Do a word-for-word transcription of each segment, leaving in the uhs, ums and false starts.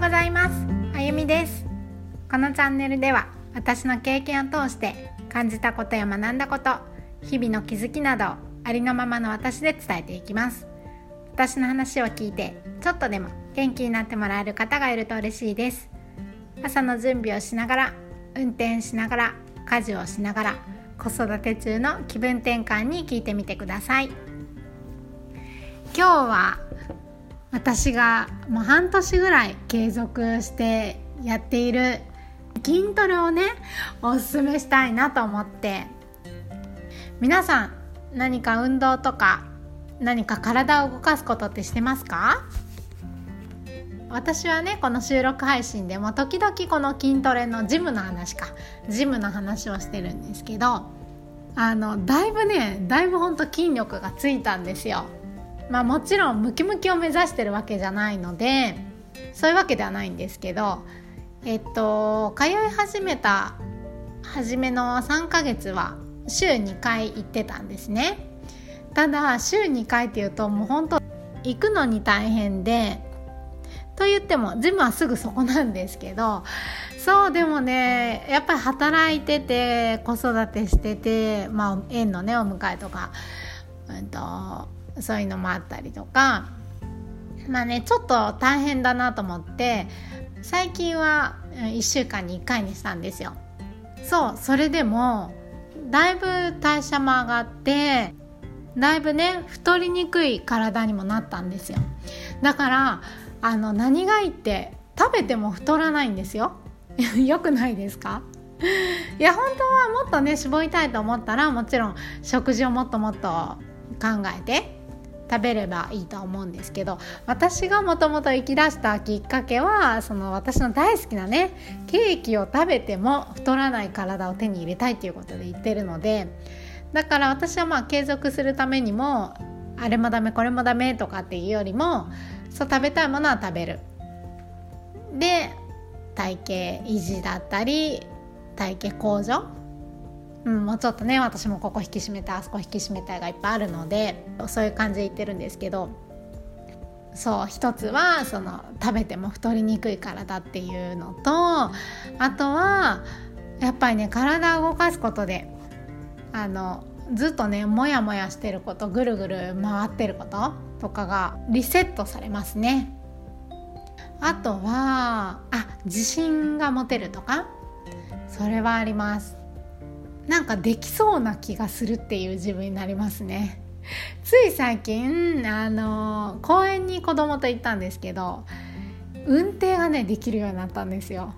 ございます。あゆみです。このチャンネルでは私の経験を通して感じたことや学んだこと、日々の気づきなどをありのままの私で伝えていきます。私の話を聞いてちょっとでも元気になってもらえる方がいると嬉しいです。朝の準備をしながら、運転しながら、家事をしながら、子育て中の気分転換に聞いてみてください。今日は私がもう半年ぐらい継続してやっている筋トレをねおすすめしたいなと思って、皆さん何か運動とか何か体を動かすことってしてますか？私はねこの収録配信でも時々この筋トレのジムの話かジムの話をしてるんですけど、あのだいぶねだいぶほんと筋力がついたんですよ。まあもちろんムキムキを目指してるわけじゃないのでそういうわけではないんですけど、えっと通い始めた初めのさんかげつは週にかい行ってたんですね。ただ週にかいっていうともう本当行くのに大変で、と言ってもジムはすぐそこなんですけど、そうでもねやっぱり働いてて子育てしてて、まあ園のねお迎えとか、うんとそういうのもあったりとか、まあねちょっと大変だなと思って最近はいっしゅうかんにいっかいにしたんですよ。そうそれでもだいぶ代謝も上がってだいぶね太りにくい体にもなったんですよ。だからあの何がいいって食べても太らないんですよよくないですか？いや本当はもっとね絞りたいと思ったらもちろん食事をもっともっと考えて食べればいいと思うんですけど、私がもともと生き出したきっかけはその私の大好きなねケーキを食べても太らない体を手に入れたいということで言ってるので、だから私はまあ継続するためにもあれもダメこれもダメとかっていうよりも、そう食べたいものは食べるで体型維持だったり体型向上、うん、もうちょっとね私もここ引き締めたいあそこ引き締めたいがいっぱいあるのでそういう感じで言ってるんですけど、そう一つはその食べても太りにくい体っていうのと、あとはやっぱりね体を動かすことであのずっとねもやもやしてること、ぐるぐる回ってることとかがリセットされますね。あとはあ自信が持てるとか、それはあります。なんかできそうな気がするっていう自分になりますね。つい最近あの公園に子供と行ったんですけど、運転がねできるようになったんですよ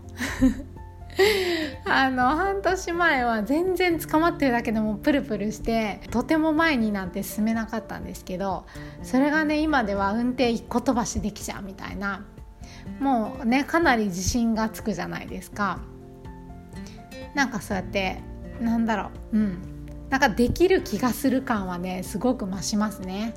あの半年前は全然捕まってるだけでもプルプルしてとても前になんて進めなかったんですけど、それがね今では運転一個飛ばしできちゃうみたいな、もうねかなり自信がつくじゃないですか。なんかそうやってなんだろう、うん、なんかできる気がする感はねすごく増しますね。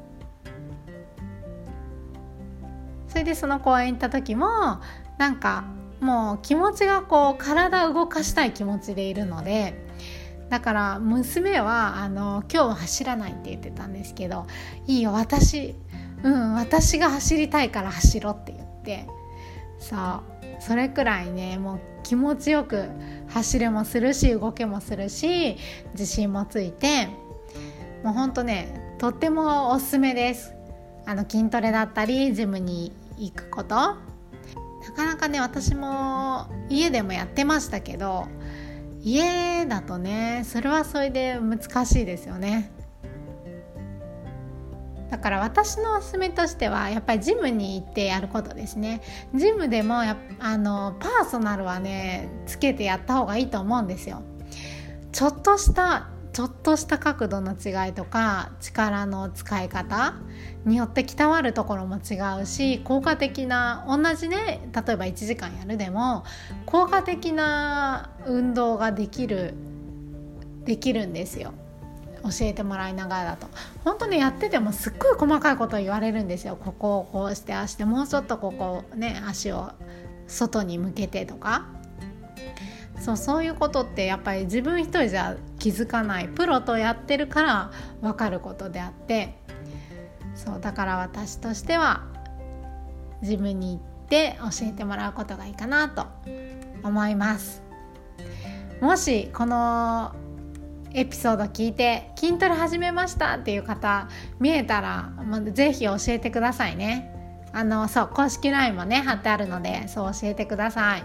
それでその公園行った時もなんかもう気持ちがこう体を動かしたい気持ちでいるので、だから娘はあの今日は走らないって言ってたんですけど、いいよ私、うん、私が走りたいから走ろうって言って、そうそれくらいねもう気持ちよく走れもするし動けもするし自信もついて、もうほんとねとってもおすすめです。あの筋トレだったりジムに行くこと、なかなかね私も家でもやってましたけど、家だとねそれはそれで難しいですよね。だから私のおすすめとしてはやっぱりジムに行ってやることですね。ジムでもやあのパーソナルはねつけてやった方がいいと思うんですよ。ちょっとしたちょっとした角度の違いとか力の使い方によって鍛わるところも違うし、効果的な同じね例えばいちじかんやるでも効果的な運動ができるできるんですよ。教えてもらいながらだと本当にやっててもすっごい細かいことを言われるんですよ。ここをこうしてああしてもうちょっとここね足を外に向けてとか、そうそういうことってやっぱり自分一人じゃ気づかない、プロとやってるから分かることであって、そうだから私としてはジムに行って教えてもらうことがいいかなと思います。もしこのエピソード聞いて筋トレ始めましたっていう方見えたらぜひ教えてくださいね。あのそう公式 ライン もね貼ってあるのでそう教えてください。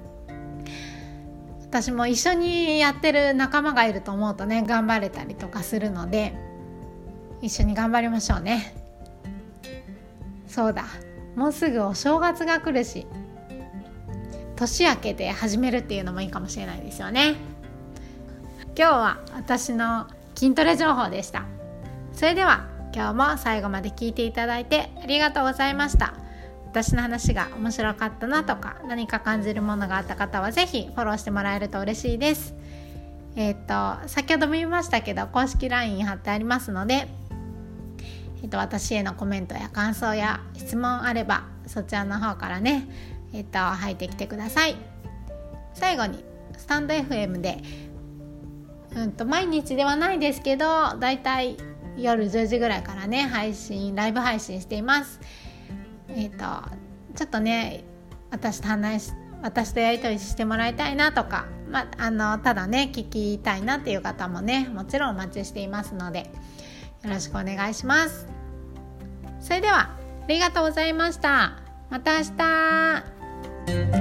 私も一緒にやってる仲間がいると思うとね頑張れたりとかするので一緒に頑張りましょうね。そうだ、もうすぐお正月が来るし年明けて始めるっていうのもいいかもしれないですよね。今日は私の筋トレ情報でした。それでは今日も最後まで聞いていただいてありがとうございました。私の話が面白かったなとか何か感じるものがあった方はぜひフォローしてもらえると嬉しいです。えっと先ほども言いましたけど公式 ライン 貼ってありますので、えっと、私へのコメントや感想や質問あればそちらの方からね、えっと、入ってきてください。最後にスタンド エフエム でうんと毎日ではないですけどだいたい夜じゅうじぐらいからね配信ライブ配信しています。えっとちょっとね私と話私とやり取りしてもらいたいなとか、ま、あのただね聞きたいなっていう方もねもちろんお待ちしていますのでよろしくお願いします。それではありがとうございました。また明日。